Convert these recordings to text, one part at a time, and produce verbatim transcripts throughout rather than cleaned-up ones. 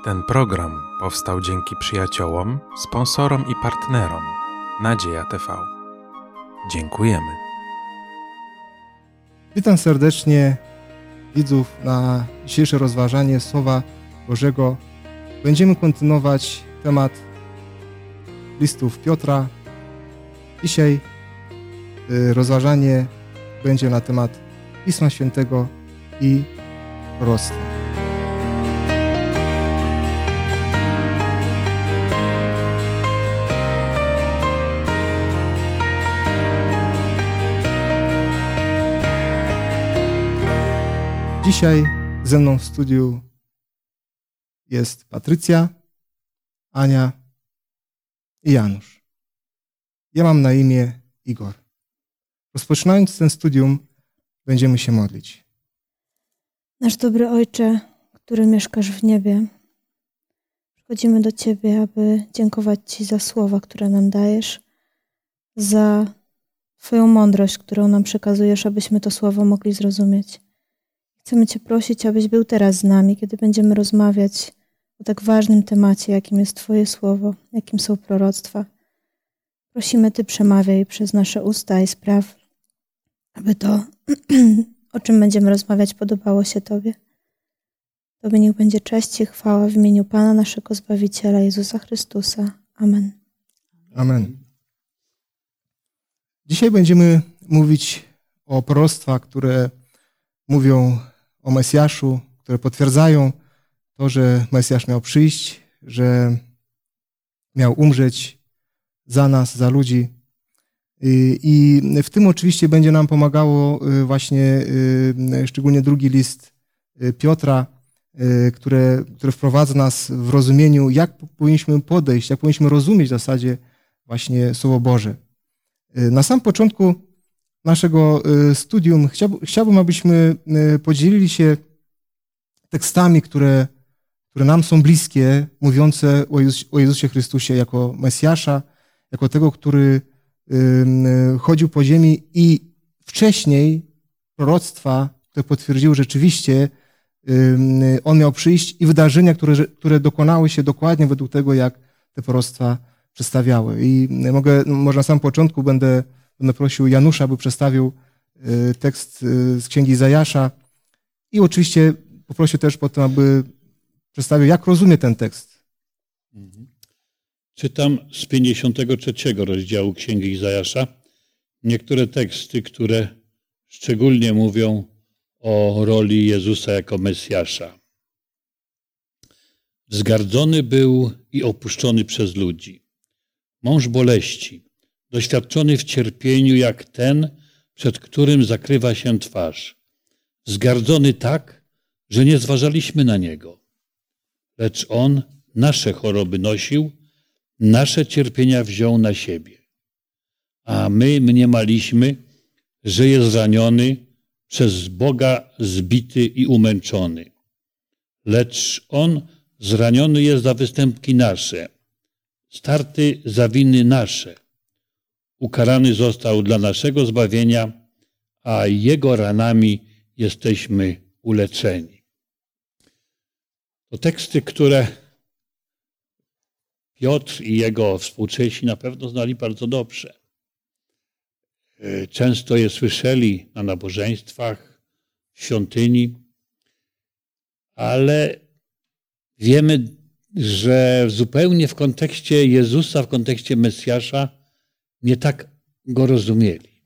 Ten program powstał dzięki przyjaciołom, sponsorom i partnerom Nadzieja T V. Dziękujemy. Witam serdecznie widzów na dzisiejsze rozważanie Słowa Bożego. Będziemy kontynuować temat listów Piotra. Dzisiaj rozważanie będzie na temat Pisma Świętego i proroctwa. Dzisiaj ze mną w studiu jest Patrycja, Ania i Janusz. Ja mam na imię Igor. Rozpoczynając ten studium, będziemy się modlić. Nasz dobry Ojcze, który mieszkasz w niebie, przychodzimy do Ciebie, aby dziękować Ci za słowa, które nam dajesz, za Twoją mądrość, którą nam przekazujesz, abyśmy to słowo mogli zrozumieć. Chcemy Cię prosić, abyś był teraz z nami, kiedy będziemy rozmawiać o tak ważnym temacie, jakim jest Twoje słowo, jakim są proroctwa. Prosimy, Ty przemawiaj przez nasze usta i spraw, aby to, o czym będziemy rozmawiać, podobało się Tobie. Tobie niech będzie cześć i chwała w imieniu Pana naszego Zbawiciela Jezusa Chrystusa. Amen. Amen. Dzisiaj będziemy mówić o proroctwach, które mówią o Mesjaszu, które potwierdzają to, że Mesjasz miał przyjść, że miał umrzeć za nas, za ludzi. I w tym oczywiście będzie nam pomagało właśnie szczególnie drugi list Piotra, które, które wprowadza nas w rozumieniu, jak powinniśmy podejść, jak powinniśmy rozumieć w zasadzie właśnie Słowo Boże. Na sam początku naszego studium chciałbym, abyśmy podzielili się tekstami, które, które nam są bliskie, mówiące o, Jezus, o Jezusie Chrystusie jako Mesjasza, jako tego, który chodził po ziemi i wcześniej proroctwa, które potwierdziły rzeczywiście, On miał przyjść i wydarzenia, które, które dokonały się dokładnie według tego, jak te proroctwa przedstawiały. I mogę, może na samym początku będę Będę prosił Janusza, aby przedstawił tekst z Księgi Izajasza i oczywiście poprosił też potem, aby przedstawił, jak rozumie ten tekst. Czytam z pięćdziesiątego trzeciego rozdziału Księgi Izajasza niektóre teksty, które szczególnie mówią o roli Jezusa jako Mesjasza. Wzgardzony był i opuszczony przez ludzi. Mąż boleści, doświadczony w cierpieniu jak ten, przed którym zakrywa się twarz. Zgardzony tak, że nie zważaliśmy na Niego. Lecz On nasze choroby nosił, nasze cierpienia wziął na siebie. A my mniemaliśmy, że jest zraniony, przez Boga zbity i umęczony. Lecz On zraniony jest za występki nasze, starty za winy nasze. Ukarany został dla naszego zbawienia, a Jego ranami jesteśmy uleczeni. To teksty, które Piotr i jego współczesi na pewno znali bardzo dobrze. Często je słyszeli na nabożeństwach, w świątyni, ale wiemy, że zupełnie w kontekście Jezusa, w kontekście Mesjasza nie tak go rozumieli.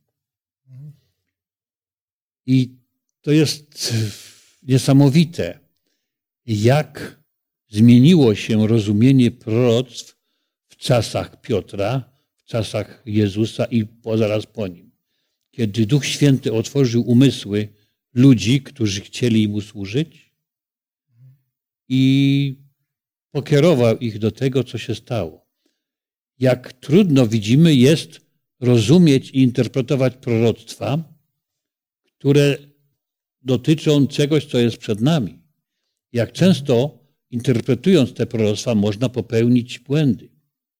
I to jest niesamowite, jak zmieniło się rozumienie proroctw w czasach Piotra, w czasach Jezusa i po, zaraz po nim. Kiedy Duch Święty otworzył umysły ludzi, którzy chcieli Mu służyć i pokierował ich do tego, co się stało. Jak trudno, widzimy, jest rozumieć i interpretować proroctwa, które dotyczą czegoś, co jest przed nami. Jak często, interpretując te proroctwa, można popełnić błędy.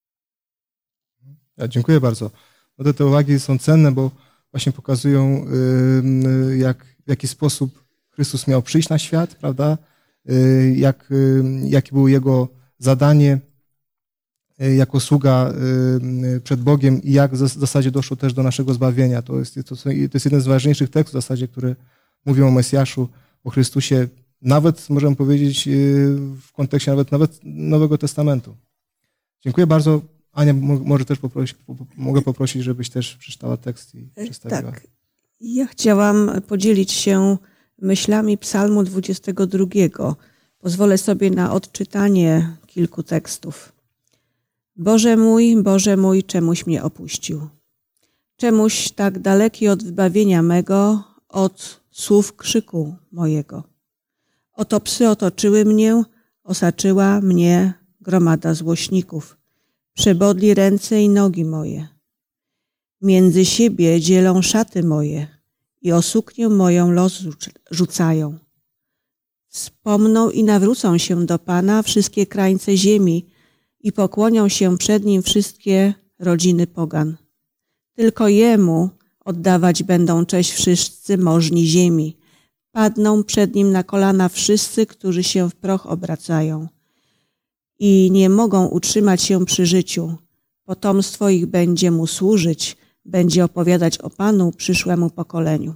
Ja, dziękuję bardzo. No te uwagi są cenne, bo właśnie pokazują, jak, w jaki sposób Chrystus miał przyjść na świat, prawda? jak, jakie było jego zadanie jako sługa przed Bogiem i jak w zasadzie doszło też do naszego zbawienia. To jest, to, to jest jeden z ważniejszych tekstów w zasadzie, które mówią o Mesjaszu, o Chrystusie, nawet możemy powiedzieć w kontekście nawet, nawet Nowego Testamentu. Dziękuję bardzo. Ania, może też poprosić, mogę poprosić, żebyś też przeczytała tekst i przedstawiła. Tak. Ja chciałam podzielić się myślami Psalmu dwudziestego drugiego. Pozwolę sobie na odczytanie kilku tekstów. Boże mój, Boże mój, czemuś mnie opuścił? Czemuś tak daleki od wybawienia mego, od słów krzyku mojego? Oto psy otoczyły mnie, osaczyła mnie gromada złośników. Przebodli ręce i nogi moje. Między siebie dzielą szaty moje i o suknię moją los rzucają. Wspomną i nawrócą się do Pana wszystkie krańce ziemi i pokłonią się przed Nim wszystkie rodziny pogan. Tylko Jemu oddawać będą cześć wszyscy możni ziemi. Padną przed Nim na kolana wszyscy, którzy się w proch obracają i nie mogą utrzymać się przy życiu. Potomstwo ich będzie Mu służyć, będzie opowiadać o Panu przyszłemu pokoleniu.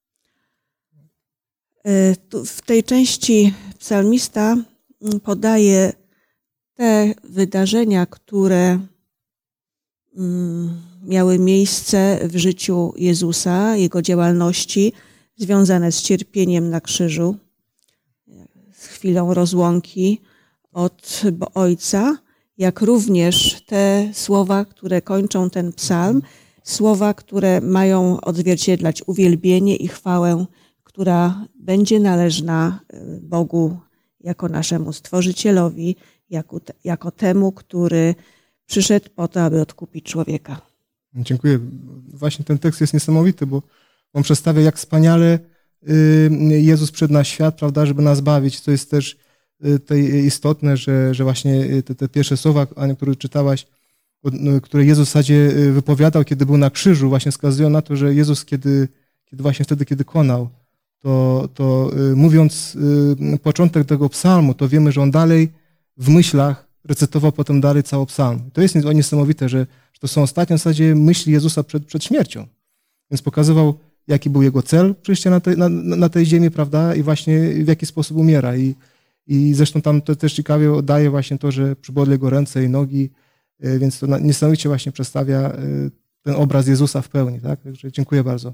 W tej części psalmista podaje te wydarzenia, które miały miejsce w życiu Jezusa, Jego działalności związane z cierpieniem na krzyżu, z chwilą rozłąki od Ojca, jak również te słowa, które kończą ten psalm, słowa, które mają odzwierciedlać uwielbienie i chwałę, która będzie należna Bogu jako naszemu Stworzycielowi, jako, jako temu, który przyszedł po to, aby odkupić człowieka. Dziękuję. Właśnie ten tekst jest niesamowity, bo on przedstawia, jak wspaniale Jezus przyszedł na świat, prawda, żeby nas bawić. To jest też istotne, że, że właśnie te, te pierwsze słowa, Aniu, które czytałaś, które Jezus w zasadzie wypowiadał, kiedy był na krzyżu, właśnie wskazują na to, że Jezus, kiedy, kiedy właśnie wtedy, kiedy konał, to, to mówiąc początek tego psalmu, to wiemy, że on dalej w myślach recytował potem dalej cały psalm. To jest niesamowite, że, że to są ostatnie w zasadzie myśli Jezusa przed, przed śmiercią. Więc pokazywał, jaki był jego cel przyjścia na, te, na, na tej ziemi, prawda, i właśnie w jaki sposób umiera. I, i zresztą tam to też ciekawie oddaje właśnie to, że przybodli jego ręce i nogi, więc to niesamowicie właśnie przedstawia ten obraz Jezusa w pełni. Tak? Także dziękuję bardzo.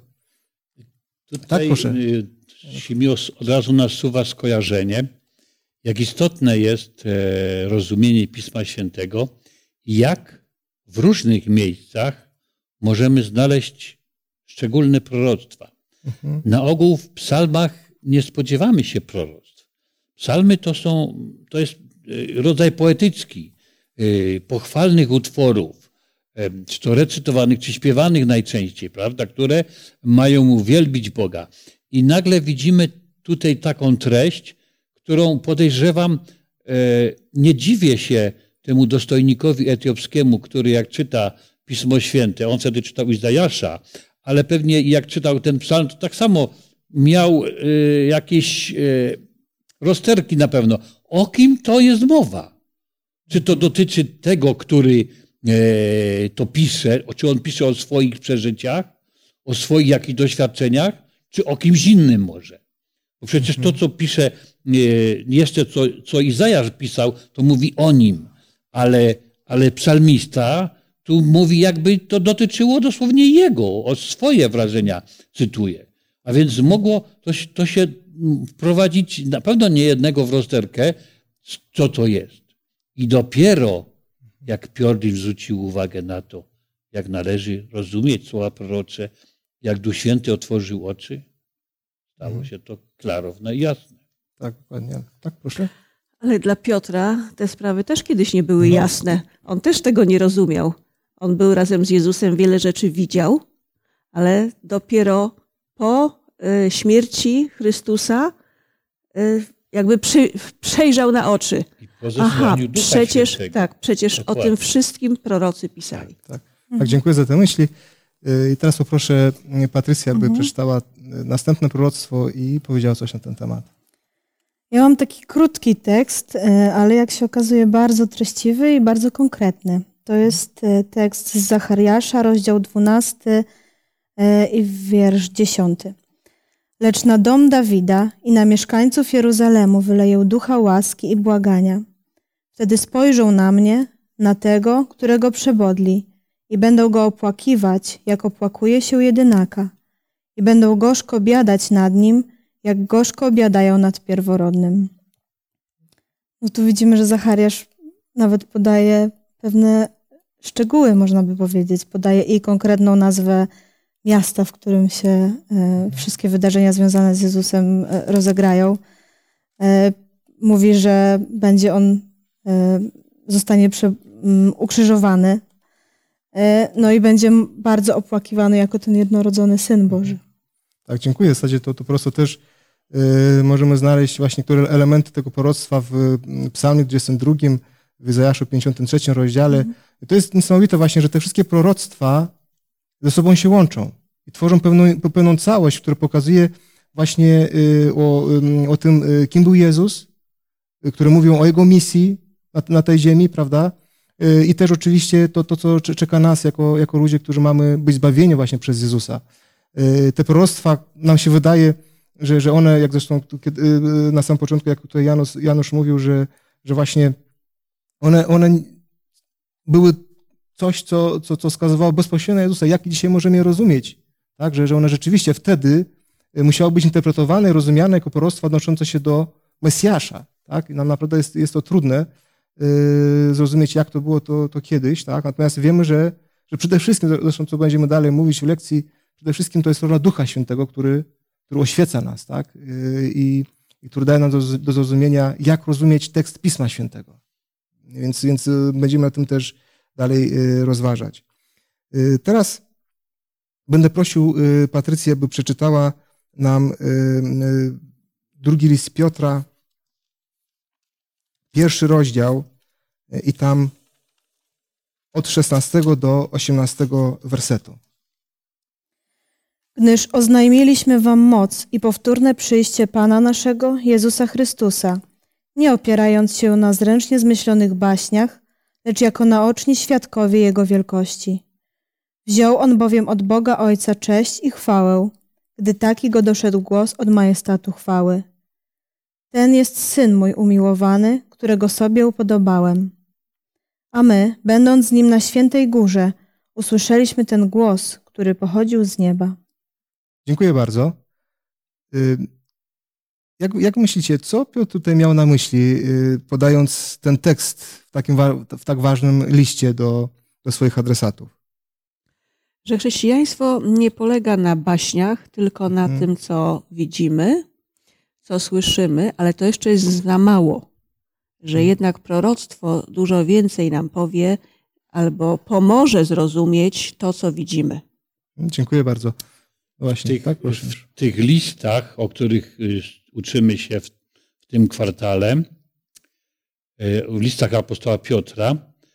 Tutaj tak, proszę. się mi od razu nasuwa skojarzenie, jak istotne jest rozumienie Pisma Świętego i jak w różnych miejscach możemy znaleźć szczególne proroctwa. Mhm. Na ogół w psalmach nie spodziewamy się proroctw. Psalmy to są, to jest rodzaj poetycki, pochwalnych utworów, czy to recytowanych, czy śpiewanych najczęściej, prawda, które mają wielbić Boga. I nagle widzimy tutaj taką treść, którą podejrzewam, nie dziwię się temu dostojnikowi etiopskiemu, który jak czyta Pismo Święte, on wtedy czytał Izajasza, ale pewnie jak czytał ten psalm, to tak samo miał jakieś rozterki na pewno. O kim to jest mowa? Czy to dotyczy tego, który to pisze, czy on pisze o swoich przeżyciach, o swoich jakichś doświadczeniach, czy o kimś innym może? Bo przecież to, co pisze, jeszcze co, co Izajasz pisał, to mówi o nim, ale, ale psalmista tu mówi, jakby to dotyczyło dosłownie jego, o swoje wrażenia cytuje. A więc mogło to, to się wprowadzić na pewno nie jednego w rozterkę, co to jest. I dopiero jak Piordin zwrócił uwagę na to, jak należy rozumieć słowa prorocze, jak Duch Święty otworzył oczy, stało się to klarowne i jasne. Tak, dokładnie. Tak, proszę. Ale dla Piotra te sprawy też kiedyś nie były no. jasne. On też tego nie rozumiał. On był razem z Jezusem, wiele rzeczy widział, ale dopiero po y, śmierci Chrystusa y, jakby przy, przejrzał na oczy. Aha, przecież, tak, przecież Dokładnie. O tym wszystkim prorocy pisali. Tak, tak. Mhm. tak, dziękuję za te myśli. I teraz poproszę Patrycję, aby mhm. przeczytała następne proroctwo i powiedziała coś na ten temat. Ja mam taki krótki tekst, ale jak się okazuje bardzo treściwy i bardzo konkretny. To jest tekst z Zachariasza, rozdział dwunasty i wiersz dziesiąty. Lecz na dom Dawida i na mieszkańców Jeruzalemu wyleję ducha łaski i błagania. Wtedy spojrzą na mnie, na tego, którego przebodli i będą go opłakiwać, jak opłakuje się jedynaka i będą gorzko biadać nad nim, jak gorzko biadają nad pierworodnym. No tu widzimy, że Zachariasz nawet podaje pewne szczegóły, można by powiedzieć. Podaje i konkretną nazwę miasta, w którym się e, wszystkie wydarzenia związane z Jezusem e, rozegrają. E, mówi, że będzie on, e, zostanie prze, um, ukrzyżowany, e, no i będzie bardzo opłakiwany jako ten jednorodzony Syn Boży. Tak, dziękuję. W zasadzie to, to po prostu też y, możemy znaleźć właśnie niektóre elementy tego proroctwa w Psalmie dwudziestym drugim, w Izajaszu pięćdziesiątym trzecim rozdziale. Mm. I to jest niesamowite właśnie, że te wszystkie proroctwa ze sobą się łączą i tworzą pewną, pewną całość, która pokazuje właśnie y, o, y, o tym, y, kim był Jezus, y, które mówią o Jego misji na, na tej ziemi, prawda? Y, I też oczywiście to, to co czeka nas jako, jako ludzie, którzy mamy być zbawieni właśnie przez Jezusa. Te proroctwa, nam się wydaje, że, że one, jak zresztą na samym początku, jak tutaj Janusz, Janusz mówił, że, że właśnie one, one były coś, co, co, co wskazywało bezpośrednio na Jezusa. Jak dzisiaj możemy je rozumieć? Tak? Że, że one rzeczywiście wtedy musiały być interpretowane i rozumiane jako proroctwa odnoszące się do Mesjasza. Tak? I nam naprawdę jest, jest to trudne yy, zrozumieć, jak to było to, to kiedyś. Tak? Natomiast wiemy, że, że przede wszystkim, zresztą co będziemy dalej mówić w lekcji, przede wszystkim to jest rola Ducha Świętego, który, który oświeca nas, tak? I, i który daje nam do, do zrozumienia, jak rozumieć tekst Pisma Świętego. Więc, więc będziemy o tym też dalej rozważać. Teraz będę prosił Patrycję, by przeczytała nam drugi list Piotra, pierwszy rozdział i tam od szesnastego do osiemnastego wersetu. Gdyż oznajmiliśmy wam moc i powtórne przyjście Pana naszego, Jezusa Chrystusa, nie opierając się na zręcznie zmyślonych baśniach, lecz jako naoczni świadkowie Jego wielkości. Wziął On bowiem od Boga Ojca cześć i chwałę, gdy taki go doszedł głos od majestatu chwały. Ten jest Syn mój umiłowany, którego sobie upodobałem. A my, będąc z Nim na świętej górze, usłyszeliśmy ten głos, który pochodził z nieba. Dziękuję bardzo. Jak, jak myślicie, co Piotr tutaj miał na myśli, podając ten tekst w, takim, w tak ważnym liście do, do swoich adresatów? Że chrześcijaństwo nie polega na baśniach, tylko na hmm. tym, co widzimy, co słyszymy, ale to jeszcze jest za mało. Że hmm. jednak proroctwo dużo więcej nam powie albo pomoże zrozumieć to, co widzimy. Dziękuję bardzo. Właśnie, w, tych, tak, proszę. w tych listach, o których uczymy się w, w tym kwartale, w listach apostoła Piotra,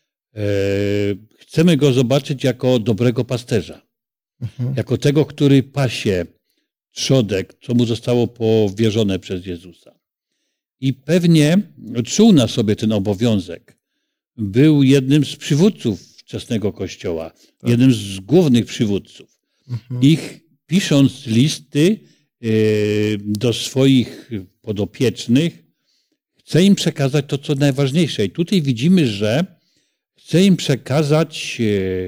chcemy go zobaczyć jako dobrego pasterza. Mhm. Jako tego, który pasie trzodek, co mu zostało powierzone przez Jezusa. I pewnie czuł na sobie ten obowiązek. Był jednym z przywódców wczesnego Kościoła, tak. jednym z głównych przywódców. Mhm. Ich pisząc listy do swoich podopiecznych, chce im przekazać to, co najważniejsze. I tutaj widzimy, że chce im przekazać,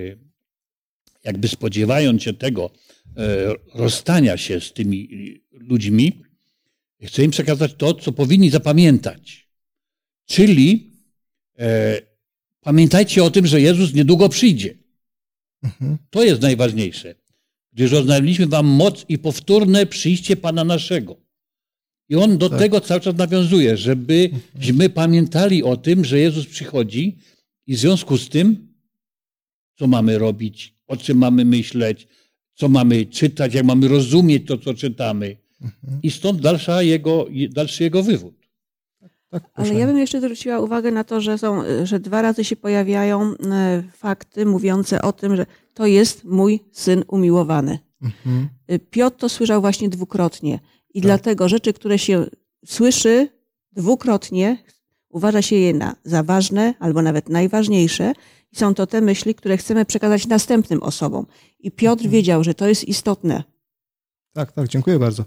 jakby spodziewając się tego rozstania się z tymi ludźmi, chce im przekazać to, co powinni zapamiętać. Czyli e, pamiętajcie o tym, że Jezus niedługo przyjdzie. Mhm. To jest najważniejsze. Gdyż oznajmiliśmy wam moc i powtórne przyjście Pana naszego. I on do tak. tego cały czas nawiązuje, żebyśmy mhm. pamiętali o tym, że Jezus przychodzi i w związku z tym, co mamy robić, o czym mamy myśleć, co mamy czytać, jak mamy rozumieć to, co czytamy. Mhm. I stąd dalsza jego, dalszy jego wywód. Tak, ale ja bym jeszcze zwróciła uwagę na to, że, są, że dwa razy się pojawiają fakty mówiące o tym, że to jest mój Syn umiłowany. Mhm. Piotr to słyszał właśnie dwukrotnie. I tak. dlatego rzeczy, które się słyszy, Dwukrotnie uważa się je na, za ważne albo nawet najważniejsze i są to te myśli, które chcemy przekazać następnym osobom. I Piotr wiedział, że to jest istotne. Tak, tak, dziękuję bardzo.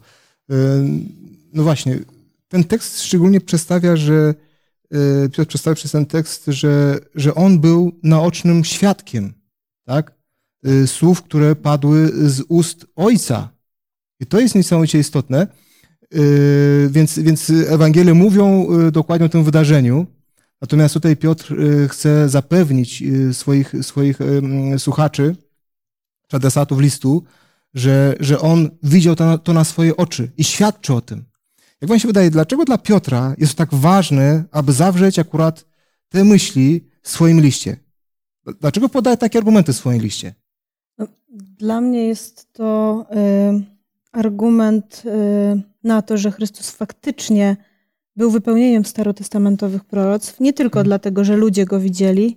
No właśnie, ten tekst szczególnie przedstawia, że Piotr przedstawia przez ten tekst, że, że on był naocznym świadkiem, tak? Słów, które padły z ust Ojca. I to jest niesamowicie istotne. Więc, więc Ewangelie mówią dokładnie o tym wydarzeniu. Natomiast tutaj Piotr chce zapewnić swoich, swoich słuchaczy, czy adresatów listu, że, że on widział to na, to na swoje oczy i świadczy o tym. Jak wam się wydaje, dlaczego dla Piotra jest tak ważne, aby zawrzeć akurat te myśli w swoim liście? Dlaczego podaje takie argumenty w swoim liście? Dla mnie jest to y, argument y, na to, że Chrystus faktycznie był wypełnieniem starotestamentowych proroctw, nie tylko hmm. dlatego, że ludzie Go widzieli,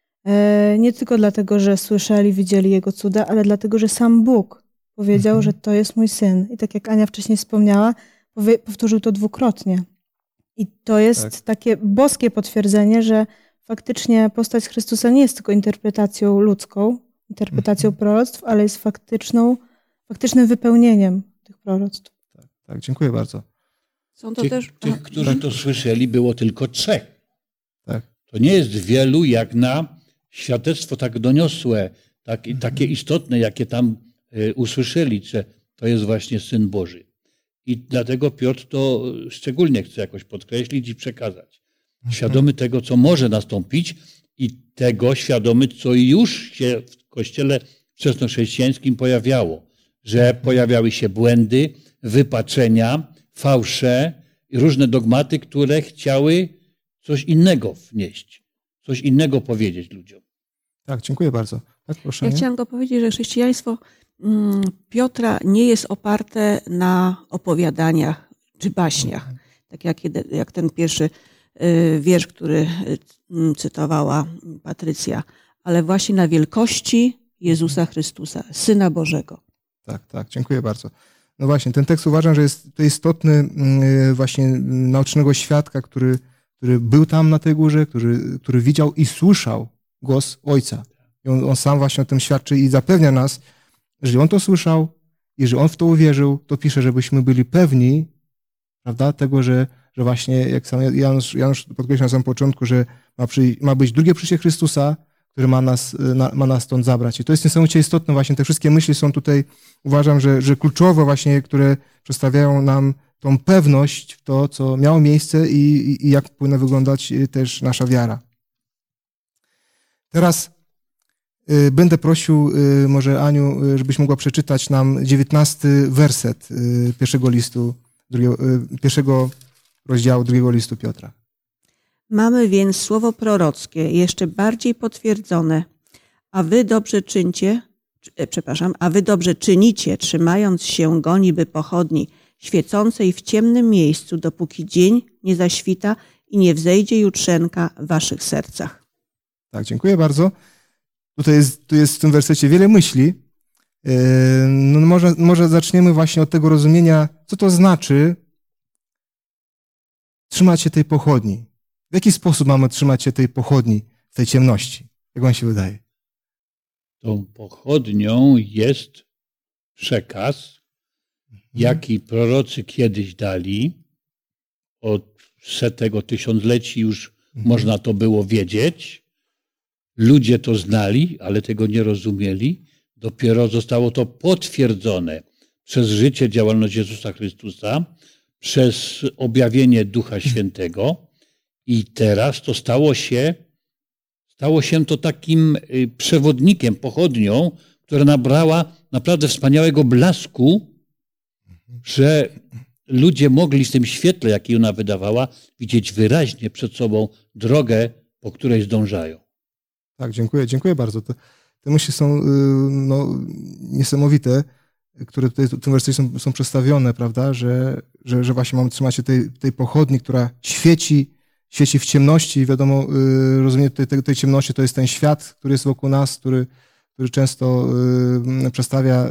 y, nie tylko dlatego, że słyszeli, widzieli Jego cuda, ale dlatego, że sam Bóg powiedział, hmm. że to jest mój Syn. I tak jak Ania wcześniej wspomniała, powie, powtórzył to dwukrotnie. I to jest tak. takie boskie potwierdzenie, że faktycznie postać Chrystusa nie jest tylko interpretacją ludzką, interpretacją mhm. proroctw, ale jest faktyczną, faktycznym wypełnieniem tych proroctw. Tak, tak, dziękuję bardzo. Są to tych, też... tych, którzy tak. to słyszeli, było tylko trzech. Tak. To nie jest wielu jak na świadectwo tak doniosłe, tak, mhm. takie istotne, jakie tam y, usłyszeli, że to jest właśnie Syn Boży. I dlatego Piotr to szczególnie chce jakoś podkreślić i przekazać. Świadomy tego, co może nastąpić i tego świadomy, co już się w Kościele wczesnochrześcijańskim pojawiało. Że pojawiały się błędy, wypaczenia, fałsze i różne dogmaty, które chciały coś innego wnieść. Coś innego powiedzieć ludziom. Tak, dziękuję bardzo. Tak, proszę. Ja chciałam go powiedzieć, że chrześcijaństwo Piotra nie jest oparte na opowiadaniach czy baśniach. Tak jak, jak ten pierwszy wiersz, który cytowała Patrycja, ale właśnie na wielkości Jezusa Chrystusa, Syna Bożego. Tak, tak, dziękuję bardzo. No właśnie, ten tekst uważam, że jest to istotny właśnie naocznego świadka, który, który był tam na tej górze, który, który widział i słyszał głos Ojca. I on, on sam właśnie o tym świadczy i zapewnia nas, jeżeli on to słyszał, jeżeli on w to uwierzył, to pisze, żebyśmy byli pewni, prawda, tego, że, że właśnie, jak sam Janusz, Janusz podkreślił na samym początku, że ma, przy, ma być drugie przyjście Chrystusa, który ma nas, na, ma nas stąd zabrać. I to jest niesamowicie istotne właśnie. Te wszystkie myśli są tutaj, uważam, że, że kluczowe właśnie, które przedstawiają nam tą pewność w to, co miało miejsce i, i, i jak powinna wyglądać też nasza wiara. Teraz będę prosił może Aniu, żebyś mogła przeczytać nam dziewiętnasty werset pierwszego listu, drugiego, pierwszego rozdziału drugiego listu Piotra. Mamy więc słowo prorockie jeszcze bardziej potwierdzone, a wy dobrze czyńcie, przepraszam, a wy dobrze czynicie, trzymając się go niby pochodni świecącej w ciemnym miejscu, dopóki dzień nie zaświta i nie wzejdzie jutrzenka w waszych sercach. Tak, dziękuję bardzo. Tutaj jest, tu jest w tym wersecie wiele myśli. No może, może zaczniemy właśnie od tego rozumienia, co to znaczy trzymać się tej pochodni. W jaki sposób mamy trzymać się tej pochodni w tej ciemności? Jak wam się wydaje? Tą pochodnią jest przekaz, jaki prorocy kiedyś dali. Od setego tysiącleci już mhm. można to było wiedzieć. Ludzie to znali, ale tego nie rozumieli. Dopiero zostało to potwierdzone przez życie, działalność Jezusa Chrystusa, przez objawienie Ducha Świętego. I teraz to stało się, stało się to takim przewodnikiem, pochodnią, która nabrała naprawdę wspaniałego blasku, że ludzie mogli w tym świetle, jaki ona wydawała, widzieć wyraźnie przed sobą drogę, po której zdążają. Tak, dziękuję, dziękuję bardzo. Te, te myśli są no, niesamowite, które tutaj w tym wersji są, są przedstawione, prawda, że, że, że właśnie mamy trzymać się tej, tej pochodni, która świeci, świeci w ciemności. Wiadomo, rozumienie tej, tej, tej ciemności to jest ten świat, który jest wokół nas, który, który często przedstawia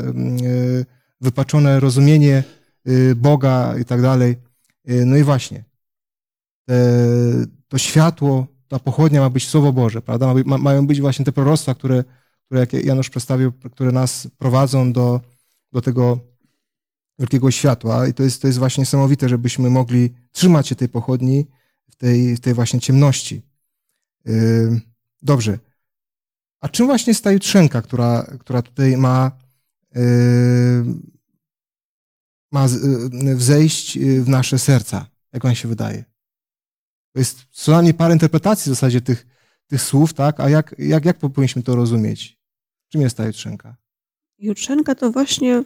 wypaczone rozumienie Boga i tak dalej. No i właśnie, te, to światło, ta pochodnia ma być Słowo Boże, prawda? Ma być, ma, mają być właśnie te proroctwa, które, które jak Janusz przedstawił, które nas prowadzą do, do tego wielkiego światła. I to jest, to jest właśnie niesamowite, żebyśmy mogli trzymać się tej pochodni w tej, w tej właśnie ciemności. Yy, dobrze. A czym właśnie jest ta jutrzenka, która, która tutaj ma, yy, ma wzejść w nasze serca? Jak wam się wydaje? To jest co najmniej parę interpretacji w zasadzie tych, tych słów, tak? A jak, jak, jak powinniśmy to rozumieć? Czym jest ta jutrzenka? Jutrzenka to właśnie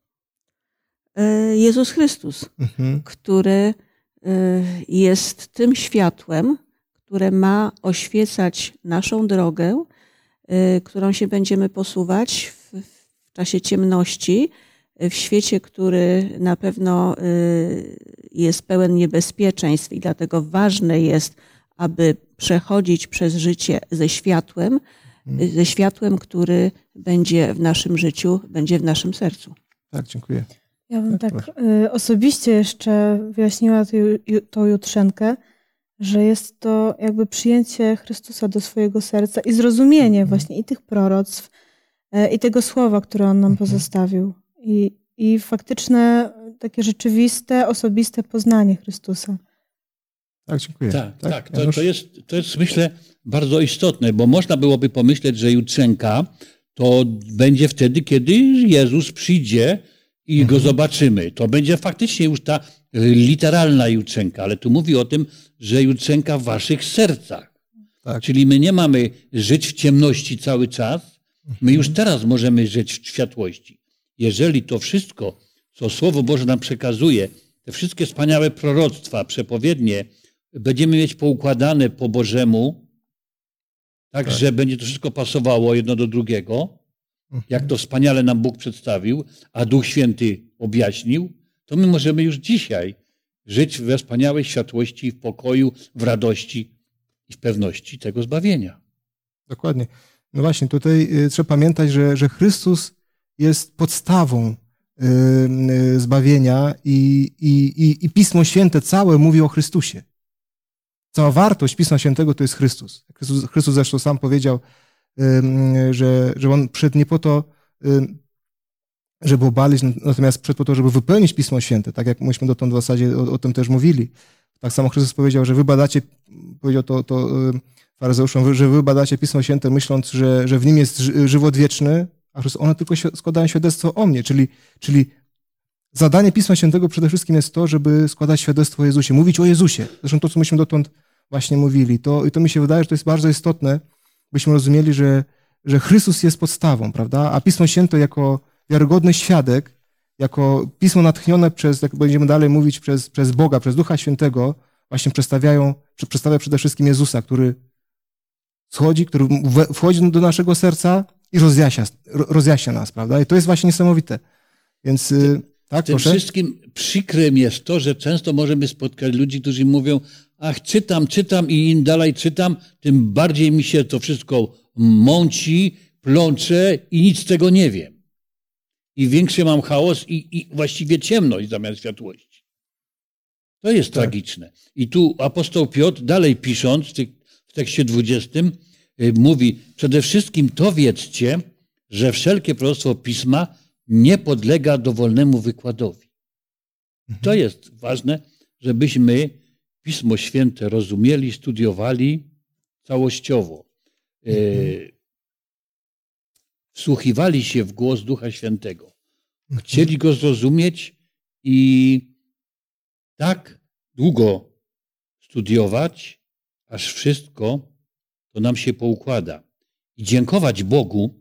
Jezus Chrystus, mhm. który jest tym światłem, które ma oświecać naszą drogę, którą się będziemy posuwać w, w czasie ciemności, w świecie, który na pewno jest pełen niebezpieczeństw i dlatego ważne jest, aby przechodzić przez życie ze światłem, hmm. ze światłem, który będzie w naszym życiu, będzie w naszym sercu. Tak, dziękuję. Ja bym tak, tak osobiście jeszcze wyjaśniła tą jutrzenkę, że jest to jakby przyjęcie Chrystusa do swojego serca i zrozumienie hmm. właśnie i tych proroctw, i tego słowa, które On nam hmm. pozostawił. I, i faktyczne, takie rzeczywiste, osobiste poznanie Chrystusa. Tak, dziękuję. Tak, tak, tak. To, to, jest, to jest, myślę, bardzo istotne, bo można byłoby pomyśleć, że jutrzenka to będzie wtedy, kiedy Jezus przyjdzie i mhm. go zobaczymy. To będzie faktycznie już ta literalna jutrzenka, ale tu mówi o tym, że jutrzenka w waszych sercach. Tak. Czyli my nie mamy żyć w ciemności cały czas, my już teraz możemy żyć w światłości. Jeżeli to wszystko, co Słowo Boże nam przekazuje, te wszystkie wspaniałe proroctwa, przepowiednie, będziemy mieć poukładane po Bożemu, tak, tak. że będzie to wszystko pasowało jedno do drugiego, mhm. jak to wspaniale nam Bóg przedstawił, a Duch Święty objaśnił, to my możemy już dzisiaj żyć we wspaniałej światłości, w pokoju, w radości i w pewności tego zbawienia. Dokładnie. No właśnie, tutaj trzeba pamiętać, że, że Chrystus jest podstawą y, zbawienia i, i, i Pismo Święte całe mówi o Chrystusie. Cała wartość Pisma Świętego to jest Chrystus. Chrystus, Chrystus zresztą sam powiedział, y, że, że On przyszedł nie po to, y, żeby obalić, natomiast przyszedł po to, żeby wypełnić Pismo Święte, tak jak myśmy dotąd w zasadzie o, o tym też mówili. Tak samo Chrystus powiedział, że wy badacie, powiedział to, to y, faryzeuszom, że wy badacie Pismo Święte, myśląc, że, że w nim jest żywot wieczny, a one tylko składają świadectwo o mnie, czyli, czyli zadanie Pisma Świętego przede wszystkim jest to, żeby składać świadectwo o Jezusie, mówić o Jezusie. Zresztą to, co myśmy dotąd właśnie mówili. To, i to mi się wydaje, że to jest bardzo istotne, byśmy rozumieli, że, że Chrystus jest podstawą, prawda? A Pismo Święte jako wiarygodny świadek, jako Pismo natchnione przez, jak będziemy dalej mówić, przez, przez Boga, przez Ducha Świętego, właśnie przedstawiają, przedstawia przede wszystkim Jezusa, który schodzi, który wchodzi do naszego serca i rozjaśnia, rozjaśnia nas, prawda? I to jest właśnie niesamowite. Więc Ty, tak, tym proszę. wszystkim przykrym jest to, że często możemy spotkać ludzi, którzy mówią, ach, czytam, czytam i im dalej czytam, tym bardziej mi się to wszystko mąci, plącze i nic z tego nie wiem. I większy mam chaos i, i właściwie ciemność zamiast światłości. To jest tak. tragiczne. I tu apostoł Piotr, dalej pisząc w, tych, w tekście dwudziestym, mówi, przede wszystkim to wiedzcie, że wszelkie proroctwo Pisma nie podlega dowolnemu wykładowi. Mhm. To jest ważne, żebyśmy Pismo Święte rozumieli, studiowali całościowo. Mhm. Wsłuchiwali się w głos Ducha Świętego. Chcieli go zrozumieć i tak długo studiować, aż wszystko to nam się poukłada. I dziękować Bogu,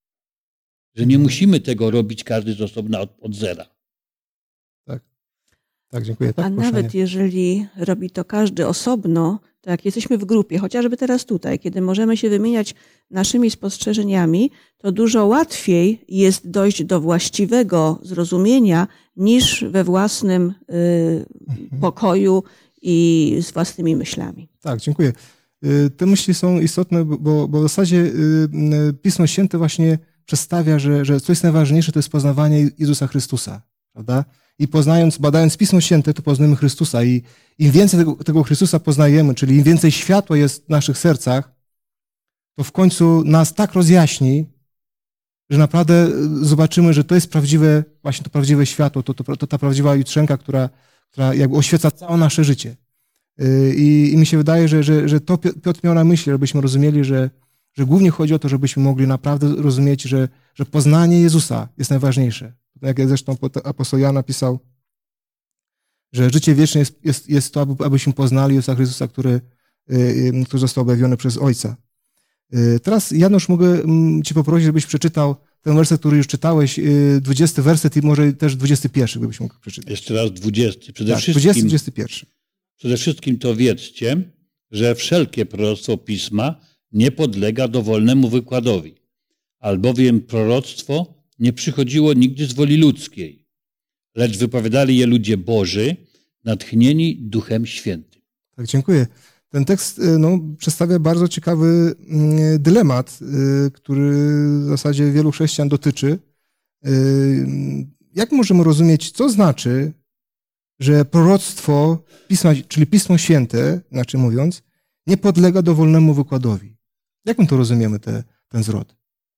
że nie musimy tego robić każdy z osobna od, od zera. Tak, tak, dziękuję. Tak, A proszę, nawet nie. jeżeli robi to każdy osobno, to jak jesteśmy w grupie, chociażby teraz tutaj, kiedy możemy się wymieniać naszymi spostrzeżeniami, to dużo łatwiej jest dojść do właściwego zrozumienia niż we własnym y, mhm. pokoju i z własnymi myślami. Tak, dziękuję. Te myśli są istotne, bo, bo w zasadzie Pismo Święte właśnie przedstawia, że, że co jest najważniejsze, to jest poznawanie Jezusa Chrystusa, prawda? i poznając, badając Pismo Święte, to poznajemy Chrystusa i im więcej tego, tego Chrystusa poznajemy, czyli im więcej światła jest w naszych sercach, to w końcu nas tak rozjaśni, że naprawdę zobaczymy, że to jest prawdziwe, właśnie to prawdziwe światło, to, to, to ta prawdziwa jutrzenka, która, która jakby oświeca całe nasze życie. I, i mi się wydaje, że, że, że to Piotr miał na myśli, żebyśmy rozumieli, że, że głównie chodzi o to, żebyśmy mogli naprawdę rozumieć, że, że poznanie Jezusa jest najważniejsze. Jak zresztą apostoł Jan napisał, że życie wieczne jest, jest, jest to, abyśmy poznali Jezusa Chrystusa, który, który został objawiony przez Ojca. Teraz, Janusz, mogę Cię poprosić, żebyś przeczytał ten werset, który już czytałeś, dwudziesty werset i może też dwudziesty pierwszy, gdybyś mógł przeczytać. Jeszcze raz dwudziesty. Przede tak, wszystkim, dwudziesty, dwudziesty pierwszy. Przede wszystkim to wiedzcie, że wszelkie proroctwo Pisma nie podlega dowolnemu wykładowi, albowiem proroctwo nie przychodziło nigdy z woli ludzkiej, lecz wypowiadali je ludzie Boży, natchnieni Duchem Świętym. Tak, dziękuję. Ten tekst no, przedstawia bardzo ciekawy dylemat, który w zasadzie wielu chrześcijan dotyczy. Jak możemy rozumieć, co znaczy, że proroctwo, pisma, czyli Pismo Święte, inaczej mówiąc, nie podlega dowolnemu wykładowi? Jak my to rozumiemy, te, ten zwrot?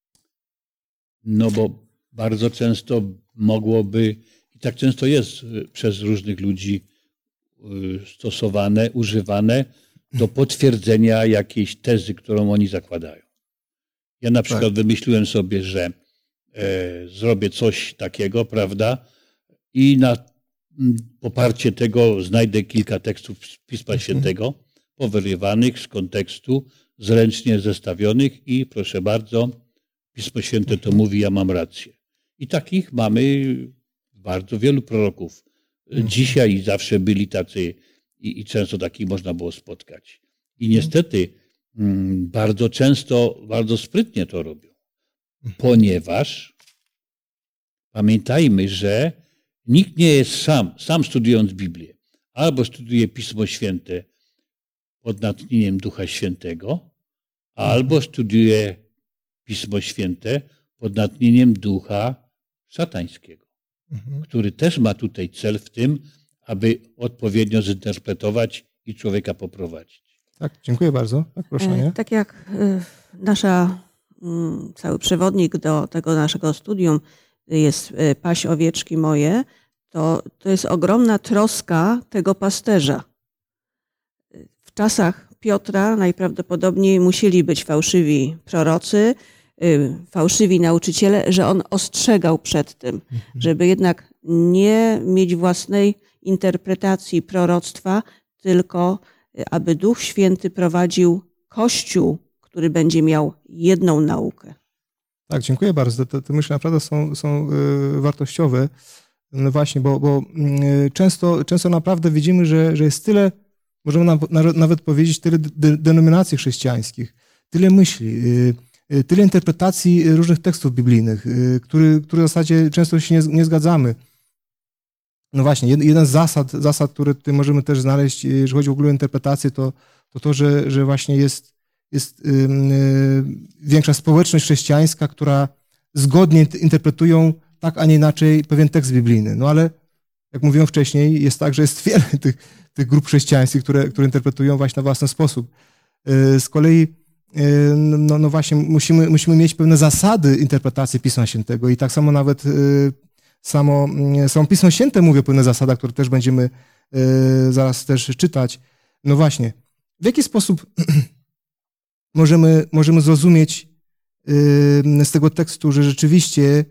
No bo bardzo często mogłoby, i tak często jest przez różnych ludzi stosowane, używane do potwierdzenia jakiejś tezy, którą oni zakładają. Ja na przykład tak. wymyśliłem sobie, że e, zrobię coś takiego, prawda, i na poparcie tego znajdę kilka tekstów z Pisma Świętego, powyrywanych z kontekstu, zręcznie zestawionych i proszę bardzo, Pismo Święte to mówi, ja mam rację. I takich mamy bardzo wielu proroków. Dzisiaj zawsze byli tacy i, i często takich można było spotkać. I niestety mm, bardzo często, bardzo sprytnie to robią. Ponieważ pamiętajmy, że nikt nie jest sam, sam studiując Biblię. Albo studiuje Pismo Święte pod natchnieniem Ducha Świętego, albo studiuje Pismo Święte pod natchnieniem Ducha Szatańskiego, mhm. który też ma tutaj cel w tym, aby odpowiednio zinterpretować i człowieka poprowadzić. Tak, dziękuję bardzo. Tak, proszę, nie? Tak jak nasza, cały przewodnik do tego naszego studium jest Paś owieczki moje, to, to jest ogromna troska tego pasterza. W czasach Piotra najprawdopodobniej musieli być fałszywi prorocy, fałszywi nauczyciele, że on ostrzegał przed tym, mhm. żeby jednak nie mieć własnej interpretacji proroctwa, tylko aby Duch Święty prowadził Kościół, który będzie miał jedną naukę. Tak, dziękuję bardzo. Te, te myśli naprawdę są, są wartościowe. No właśnie, bo, bo często, często naprawdę widzimy, że, że jest tyle, możemy na, nawet powiedzieć, tyle de, denominacji chrześcijańskich, tyle myśli, tyle interpretacji różnych tekstów biblijnych, który, które w zasadzie często się nie, nie zgadzamy. No właśnie, jeden z zasad, zasad, które tutaj możemy też znaleźć, jeżeli chodzi w ogóle o interpretację, to to, to że, że właśnie jest, jest yy, większa społeczność chrześcijańska, która zgodnie interpretują tak, a nie inaczej pewien tekst biblijny. No ale, jak mówiłem wcześniej, jest tak, że jest wiele tych, tych grup chrześcijańskich, które, które interpretują właśnie na własny sposób. Yy, z kolei yy, no, no właśnie musimy, musimy mieć pewne zasady interpretacji Pisma Świętego i tak samo nawet yy, Samo, samo Pismo Święte mówi o pewnych zasadach, które też będziemy y, zaraz też czytać. No właśnie, w jaki sposób możemy, możemy zrozumieć y, z tego tekstu, że rzeczywiście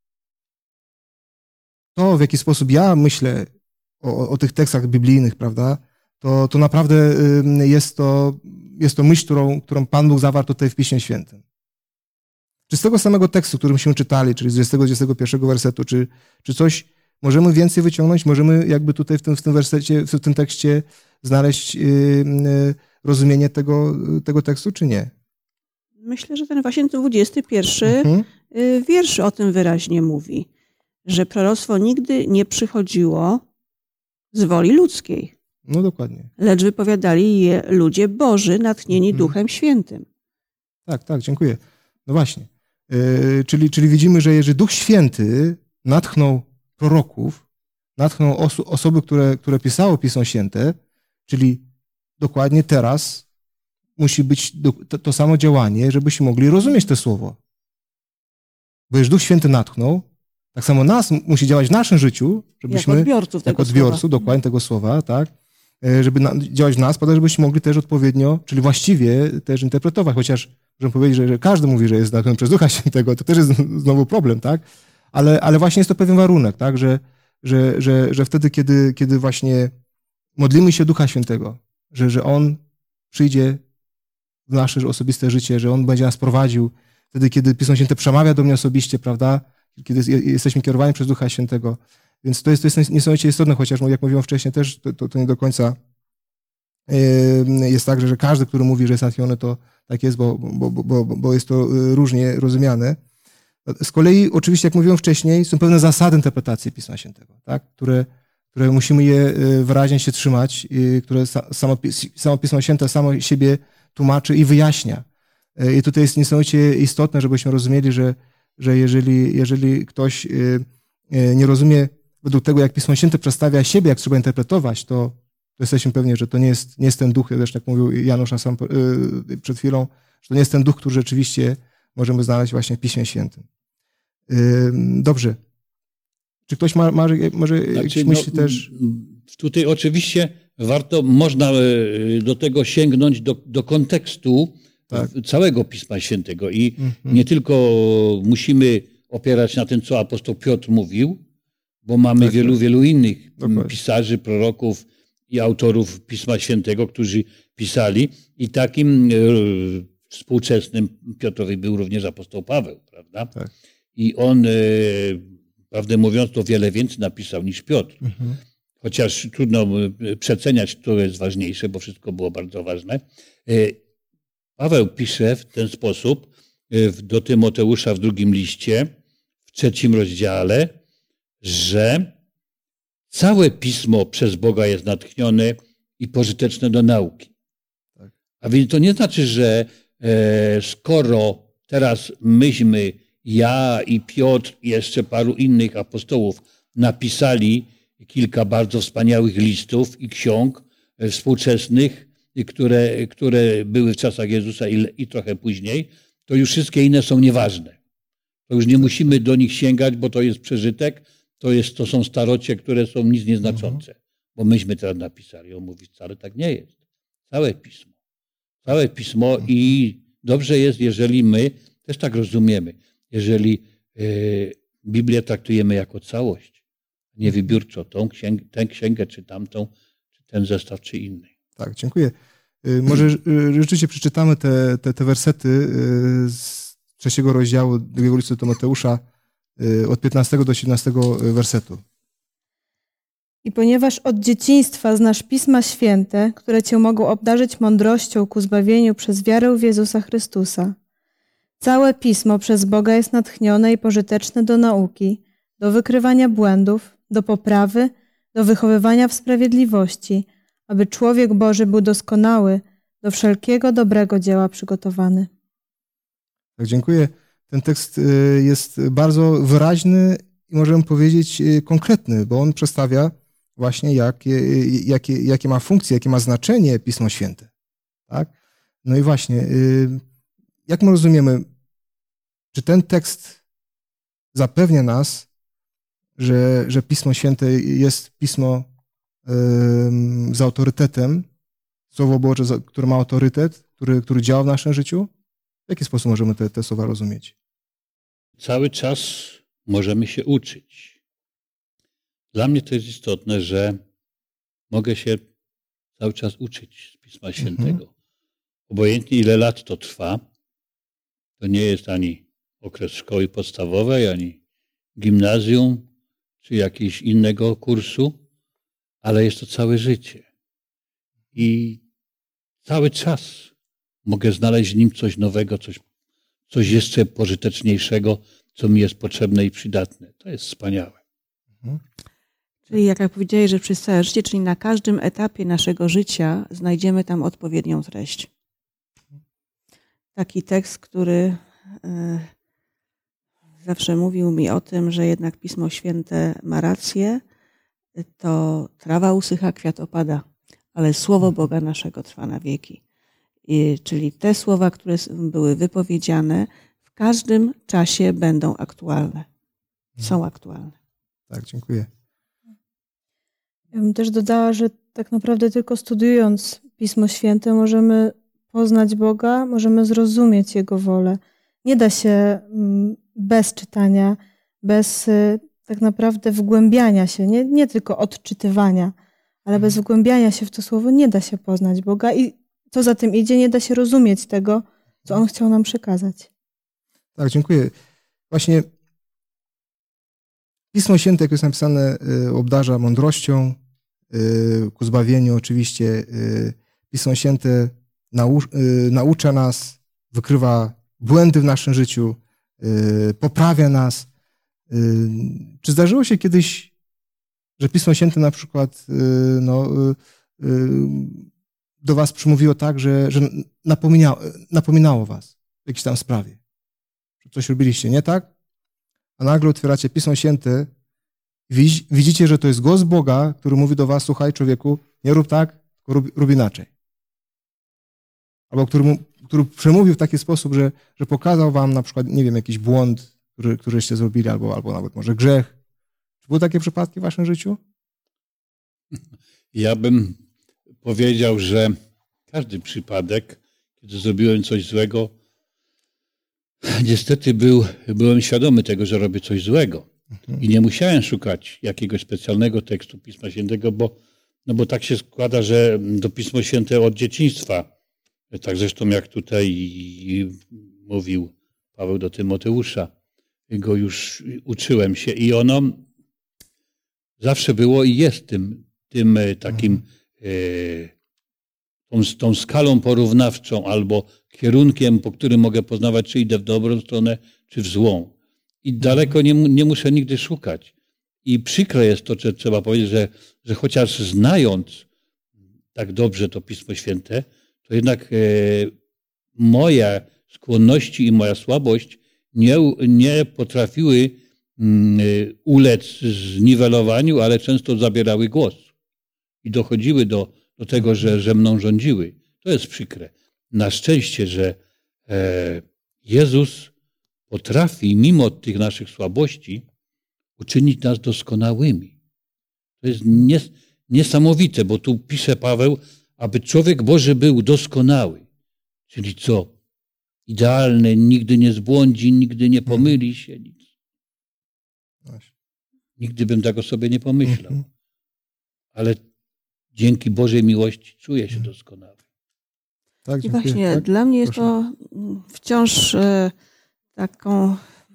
to, w jaki sposób ja myślę o, o tych tekstach biblijnych, prawda, to, to naprawdę y, jest, to, jest to myśl, którą, którą Pan Bóg zawarł tutaj w Piśmie Świętym. Czy z tego samego tekstu, który myśmy czytali, czyli z dwudziestego, dwudziestego pierwszego wersetu, czy, czy coś możemy więcej wyciągnąć? Możemy jakby tutaj w tym, w tym wersecie, w tym tekście znaleźć yy, yy, rozumienie tego, tego tekstu, czy nie? Myślę, że ten właśnie dwudziesty pierwszy mhm. wiersz o tym wyraźnie mówi, że proroctwo nigdy nie przychodziło z woli ludzkiej. No dokładnie. Lecz wypowiadali je ludzie Boży, natchnieni mhm. Duchem Świętym. Tak, tak, dziękuję. No właśnie. Yy, czyli, czyli widzimy, że jeżeli Duch Święty natchnął proroków, natchnął oso- osoby, które, które pisały Pismo Święte, czyli dokładnie teraz musi być do, to, to samo działanie, żebyśmy mogli rozumieć to słowo. Bo już Duch Święty natchnął, tak samo nas musi działać w naszym życiu, żebyśmy Jako odbiorców tego jako odbiorców, słowa. dokładnie tego słowa, tak, żeby na, działać w nas, po to, żebyśmy mogli też odpowiednio, czyli właściwie też interpretować, chociaż możemy powiedzieć, że, że każdy mówi, że jest natchniony przez Ducha Świętego, to też jest znowu problem, tak, ale, ale właśnie jest to pewien warunek, tak, że, że, że, że wtedy, kiedy, kiedy właśnie modlimy się Ducha Świętego, że, że On przyjdzie w nasze osobiste życie, że On będzie nas prowadził, wtedy, kiedy Pismo Święte przemawia do mnie osobiście, prawda, kiedy jesteśmy kierowani przez Ducha Świętego. Więc to jest, to jest niesamowicie istotne, chociaż jak mówiłem wcześniej też, to, to, to nie do końca jest tak, że, że każdy, który mówi, że jest natchniony, to tak jest, bo, bo, bo, bo jest to różnie rozumiane. Z kolei, oczywiście, jak mówiłem wcześniej, są pewne zasady interpretacji Pisma Świętego, tak? które, które musimy je wyraźnie się trzymać, które samo, samo Pismo Święte samo siebie tłumaczy i wyjaśnia. I tutaj jest niesamowicie istotne, żebyśmy rozumieli, że, że jeżeli, jeżeli ktoś nie rozumie według tego, jak Pismo Święte przedstawia siebie, jak trzeba interpretować, to, to jesteśmy pewni, że to nie jest, nie jest ten duch, zresztą jak mówił Janusz na sam, yy, przed chwilą, że to nie jest ten duch, który rzeczywiście możemy znaleźć właśnie w Piśmie Świętym. Yy, dobrze. Czy ktoś ma, ma może znaczy, jakieś myśli no, też? Tutaj oczywiście warto, można do tego sięgnąć do, do kontekstu tak. całego Pisma Świętego i mhm. nie tylko musimy opierać na tym, co apostoł Piotr mówił, bo mamy tak, wielu, tak. wielu innych Dokładnie. pisarzy, proroków i autorów Pisma Świętego, którzy pisali i takim e, współczesnym Piotrowi był również apostoł Paweł, prawda? Tak. I on, e, prawdę mówiąc, to wiele więcej napisał niż Piotr. Mhm. Chociaż trudno przeceniać, które jest ważniejsze, bo wszystko było bardzo ważne. E, Paweł pisze w ten sposób e, do Tymoteusza w drugim liście, w trzecim rozdziale, że całe Pismo przez Boga jest natchnione i pożyteczne do nauki. Tak. A więc to nie znaczy, że e, skoro teraz myśmy, ja i Piotr i jeszcze paru innych apostołów napisali kilka bardzo wspaniałych listów i ksiąg e, współczesnych, które, które były w czasach Jezusa i, i trochę później, to już wszystkie inne są nieważne. To już nie musimy do nich sięgać, bo to jest przeżytek, To, jest, to są starocie, które są nic nieznaczące. Mhm. Bo myśmy teraz napisali. On mówi, wcale tak nie jest. Całe Pismo. Całe Pismo mhm. i dobrze jest, jeżeli my też tak rozumiemy, jeżeli y, Biblię traktujemy jako całość, nie wybiórczo tą księgę, tę księgę, czy tamtą, czy ten zestaw, czy inny. Tak, dziękuję. Y, może y, rzeczywiście przeczytamy te, te, te wersety y, z trzeciego rozdziału drugiego listu do Tymoteusza, od piętnastego do siedemnastego wersetu. I ponieważ od dzieciństwa znasz Pisma Święte, które cię mogą obdarzyć mądrością ku zbawieniu przez wiarę w Jezusa Chrystusa. Całe Pismo przez Boga jest natchnione i pożyteczne do nauki, do wykrywania błędów, do poprawy, do wychowywania w sprawiedliwości, aby człowiek Boży był doskonały, do wszelkiego dobrego dzieła przygotowany. Tak, dziękuję. Ten tekst jest bardzo wyraźny i możemy powiedzieć konkretny, bo on przedstawia właśnie jakie, jakie, jakie ma funkcje, jakie ma znaczenie Pismo Święte. Tak? No i właśnie, jak my rozumiemy, czy ten tekst zapewnia nas, że, że Pismo Święte jest pismo z autorytetem, Słowo Boże, które ma autorytet, który, który działa w naszym życiu? W jaki sposób możemy te, te słowa rozumieć? Cały czas możemy się uczyć. Dla mnie to jest istotne, że mogę się cały czas uczyć z Pisma Świętego. Mhm. Obojętnie ile lat to trwa, to nie jest ani okres szkoły podstawowej, ani gimnazjum, czy jakiegoś innego kursu, ale jest to całe życie. I cały czas mogę znaleźć w nim coś nowego, coś, coś jeszcze pożyteczniejszego, co mi jest potrzebne i przydatne. To jest wspaniałe. Mhm. Czyli jak ja powiedziałeś, że przez całe życie, czyli na każdym etapie naszego życia znajdziemy tam odpowiednią treść. Taki tekst, który y, zawsze mówił mi o tym, że jednak Pismo Święte ma rację to trawa usycha, kwiat opada, ale słowo Boga naszego trwa na wieki. I, czyli te słowa, które były wypowiedziane, w każdym czasie będą aktualne. Są aktualne. Tak, dziękuję. Ja bym też dodała, że tak naprawdę tylko studiując Pismo Święte możemy poznać Boga, możemy zrozumieć Jego wolę. Nie da się bez czytania, bez tak naprawdę wgłębiania się, nie, nie tylko odczytywania, ale bez wgłębiania się w to słowo nie da się poznać Boga i co za tym idzie, nie da się rozumieć tego, co On chciał nam przekazać. Tak, dziękuję. Właśnie Pismo Święte, jak jest napisane, obdarza mądrością, ku zbawieniu oczywiście. Pismo Święte nau, naucza nas, wykrywa błędy w naszym życiu, poprawia nas. Czy zdarzyło się kiedyś, że Pismo Święte na przykład no, do was przemówiło tak, że, że napominało, napominało was w jakiejś tam sprawie? Że coś robiliście nie tak, a nagle otwieracie Pismo Święte i widzicie, że to jest głos Boga, który mówi do was: słuchaj, człowieku, nie rób tak, tylko rób, rób inaczej. Albo który, mu, który przemówił w taki sposób, że, że pokazał wam na przykład, nie wiem, jakiś błąd, który, któryście zrobili, albo, albo nawet może grzech. Czy były takie przypadki w waszym życiu? Ja bym powiedział, że każdy przypadek, kiedy zrobiłem coś złego, niestety był, byłem świadomy tego, że robię coś złego. Mhm. I nie musiałem szukać jakiegoś specjalnego tekstu Pisma Świętego, bo, no bo tak się składa, że do Pismo Święte od dzieciństwa, tak zresztą jak tutaj mówił Paweł do Tymoteusza, go już uczyłem się i ono zawsze było i jest tym, tym takim mhm. tą, tą skalą porównawczą albo kierunkiem, po którym mogę poznawać, czy idę w dobrą stronę, czy w złą. I daleko nie, nie muszę nigdy szukać. I przykre jest to, że trzeba powiedzieć, że, że chociaż znając tak dobrze to Pismo Święte, to jednak e, moje skłonności i moja słabość nie, nie potrafiły mm, ulec zniwelowaniu, ale często zabierały głos. I dochodziły do, do tego, że, że mną rządziły. To jest przykre. Na szczęście, że e, Jezus potrafi mimo tych naszych słabości uczynić nas doskonałymi. To jest nies, niesamowite, bo tu pisze Paweł, aby człowiek Boży był doskonały. Czyli co? Idealny, nigdy nie zbłądzi, nigdy nie pomyli się, nic. Nigdy bym tego sobie nie pomyślał. Ale dzięki Bożej miłości czuję się doskonały. Tak, I właśnie tak? Dla mnie jest Proszę. to wciąż e, taką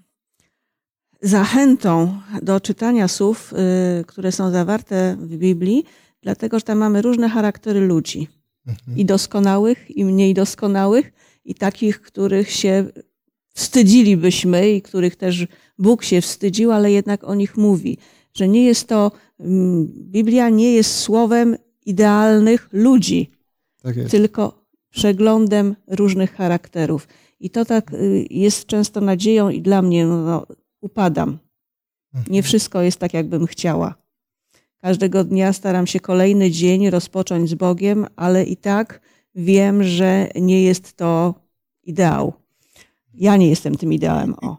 zachętą do czytania słów, e, które są zawarte w Biblii, dlatego że tam mamy różne charaktery ludzi. Mhm. I doskonałych, i mniej doskonałych, i takich, których się wstydzilibyśmy i których też Bóg się wstydził, ale jednak o nich mówi. Że nie jest to, Biblia nie jest słowem idealnych ludzi, tak jest. Tylko przeglądem różnych charakterów. I to tak jest często nadzieją i dla mnie no, upadam. Nie wszystko jest tak, jakbym chciała. Każdego dnia staram się kolejny dzień rozpocząć z Bogiem, ale i tak wiem, że nie jest to ideał. Ja nie jestem tym ideałem. O.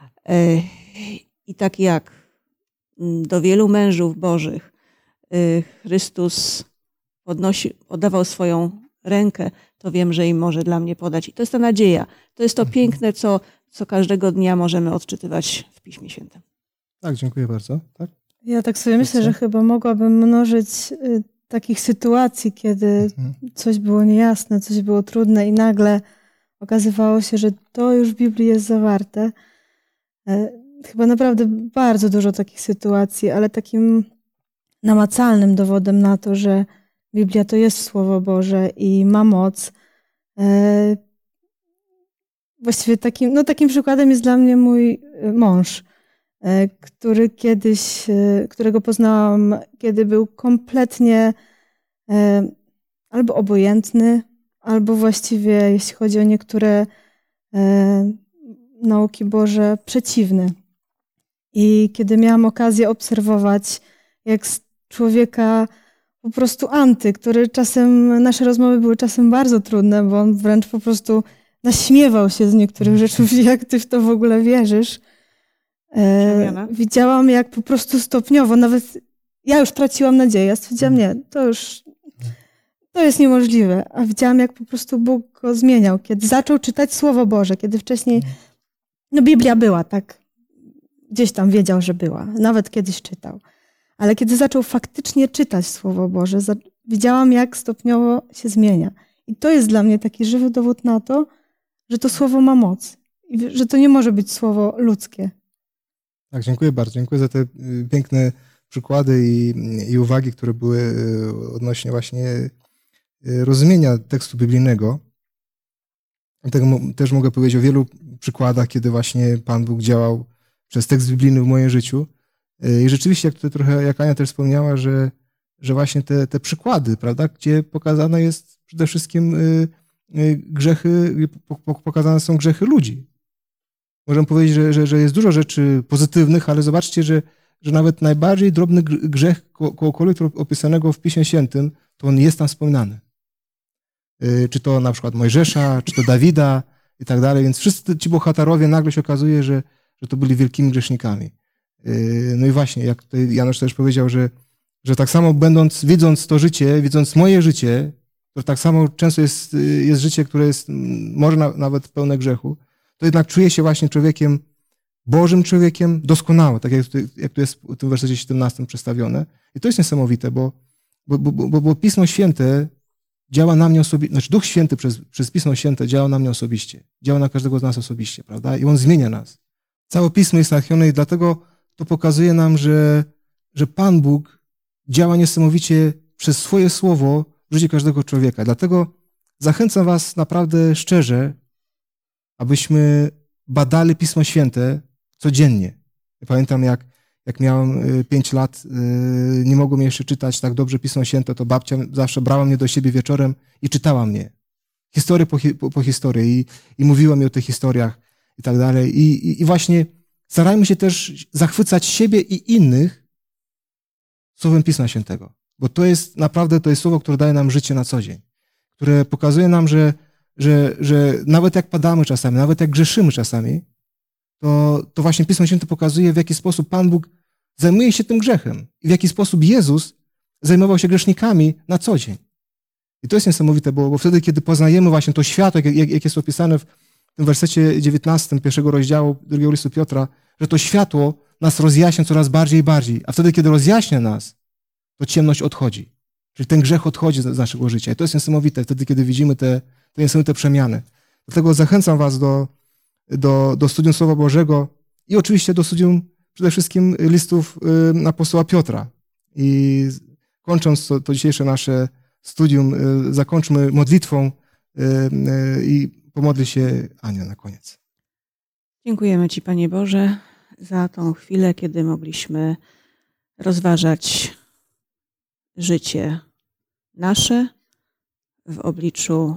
I tak jak do wielu mężów bożych Chrystus podnosi, podawał swoją rękę, to wiem, że im może dla mnie podać. I to jest ta nadzieja. To jest to piękne, co, co każdego dnia możemy odczytywać w Piśmie Świętym. Tak, dziękuję bardzo. Tak? Ja tak sobie myślę, że chyba mogłabym mnożyć y, takich sytuacji, kiedy mhm. coś było niejasne, coś było trudne i nagle okazywało się, że to już w Biblii jest zawarte. Y, chyba naprawdę bardzo dużo takich sytuacji, ale takim namacalnym dowodem na to, że Biblia to jest Słowo Boże i ma moc. Y, właściwie takim, no takim przykładem jest dla mnie mój mąż, który kiedyś, którego poznałam, kiedy był kompletnie albo obojętny, albo właściwie, jeśli chodzi o niektóre nauki Boże, przeciwny. I kiedy miałam okazję obserwować, jak z człowieka po prostu anty, który czasem, nasze rozmowy były czasem bardzo trudne, bo on wręcz po prostu naśmiewał się z niektórych rzeczy, jak ty w to w ogóle wierzysz. E, widziałam, jak po prostu stopniowo, nawet ja już traciłam nadzieję, ja stwierdziłam, nie, to już, to jest niemożliwe, a widziałam, jak po prostu Bóg go zmieniał, kiedy zaczął czytać Słowo Boże, kiedy wcześniej, no Biblia była, tak, gdzieś tam wiedział, że była, nawet kiedyś czytał, ale kiedy zaczął faktycznie czytać Słowo Boże, widziałam, jak stopniowo się zmienia. I to jest dla mnie taki żywy dowód na to, że to Słowo ma moc i że to nie może być Słowo ludzkie. Tak, dziękuję bardzo. Dziękuję za te piękne przykłady i, i uwagi, które były odnośnie właśnie rozumienia tekstu biblijnego. Dlatego też mogę powiedzieć o wielu przykładach, kiedy właśnie Pan Bóg działał przez tekst biblijny w moim życiu. I rzeczywiście, jak tutaj trochę, jak Ania też wspomniała, że, że właśnie te, te przykłady, prawda, gdzie pokazane jest przede wszystkim grzechy, pokazane są grzechy ludzi. Możemy powiedzieć, że, że, że jest dużo rzeczy pozytywnych, ale zobaczcie, że, że nawet najbardziej drobny grzech kogokolwiek opisanego w Piśmie Świętym, to on jest tam wspominany. Czy to na przykład Mojżesza, czy to Dawida i tak dalej. Więc wszyscy ci bohaterowie nagle się okazuje, że, że to byli wielkimi grzesznikami. No i właśnie, jak tutaj Janusz też powiedział, że, że tak samo będąc, widząc to życie, widząc moje życie, to tak samo często jest, jest życie, które jest może na, nawet pełne grzechu, to jednak czuję się właśnie człowiekiem, Bożym człowiekiem, doskonałe, tak jak, jak tu jest w tym wersecie siedemnastym przedstawione. I to jest niesamowite, bo, bo, bo, bo, bo Pismo Święte działa na mnie osobiście, znaczy Duch Święty przez, przez Pismo Święte działa na mnie osobiście, działa na każdego z nas osobiście, prawda? I On zmienia nas. Całe Pismo jest natchnione i dlatego to pokazuje nam, że, że Pan Bóg działa niesamowicie przez swoje słowo w życiu każdego człowieka. Dlatego zachęcam was naprawdę szczerze, abyśmy badali Pismo Święte codziennie. Ja pamiętam, jak, jak miałem pięć lat, nie mogłem jeszcze czytać tak dobrze Pismo Święte, to babcia zawsze brała mnie do siebie wieczorem i czytała mnie. Historię po, po, po historii i, i mówiła mi o tych historiach i tak dalej. I, i, I właśnie starajmy się też zachwycać siebie i innych Słowem Pisma Świętego. Bo to jest naprawdę, to jest słowo, które daje nam życie na co dzień. Które pokazuje nam, że Że, że nawet jak padamy czasami, nawet jak grzeszymy czasami, to, to właśnie Pismo Święte pokazuje, w jaki sposób Pan Bóg zajmuje się tym grzechem i w jaki sposób Jezus zajmował się grzesznikami na co dzień. I to jest niesamowite, bo, bo wtedy, kiedy poznajemy właśnie to światło, jak, jak, jak jest opisane w tym wersecie dziewiętnastym pierwszego rozdziału drugiego listu Piotra, że to światło nas rozjaśnia coraz bardziej i bardziej, a wtedy, kiedy rozjaśnia nas, to ciemność odchodzi. Czyli ten grzech odchodzi z naszego życia. I to jest niesamowite, wtedy, kiedy widzimy te To są te przemiany. Dlatego zachęcam was do, do, do studium Słowa Bożego i oczywiście do studium przede wszystkim listów apostoła Piotra. I kończąc to, to dzisiejsze nasze studium, zakończmy modlitwą i pomodli się Ania na koniec. Dziękujemy Ci, Panie Boże, za tą chwilę, kiedy mogliśmy rozważać życie nasze w obliczu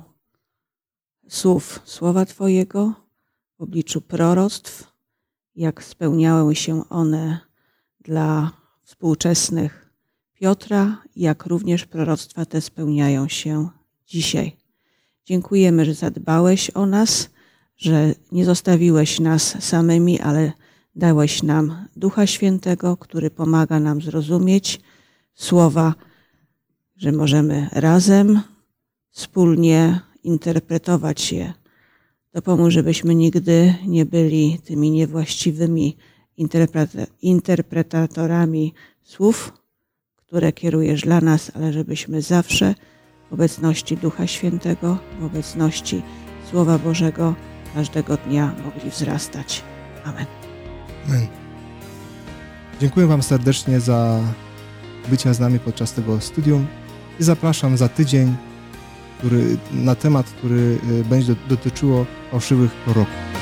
słów Słowa Twojego, w obliczu proroctw, jak spełniały się one dla współczesnych Piotra, jak również proroctwa te spełniają się dzisiaj. Dziękujemy, że zadbałeś o nas, że nie zostawiłeś nas samymi, ale dałeś nam Ducha Świętego, który pomaga nam zrozumieć słowa, że możemy razem, wspólnie interpretować je. Dopomóż, żebyśmy nigdy nie byli tymi niewłaściwymi interpreta- interpretatorami słów, które kierujesz dla nas, ale żebyśmy zawsze w obecności Ducha Świętego, w obecności Słowa Bożego każdego dnia mogli wzrastać. Amen. Amen. Dziękuję wam serdecznie za bycie z nami podczas tego studium i zapraszam za tydzień, który, na temat, który będzie dotyczyło fałszywych proroków.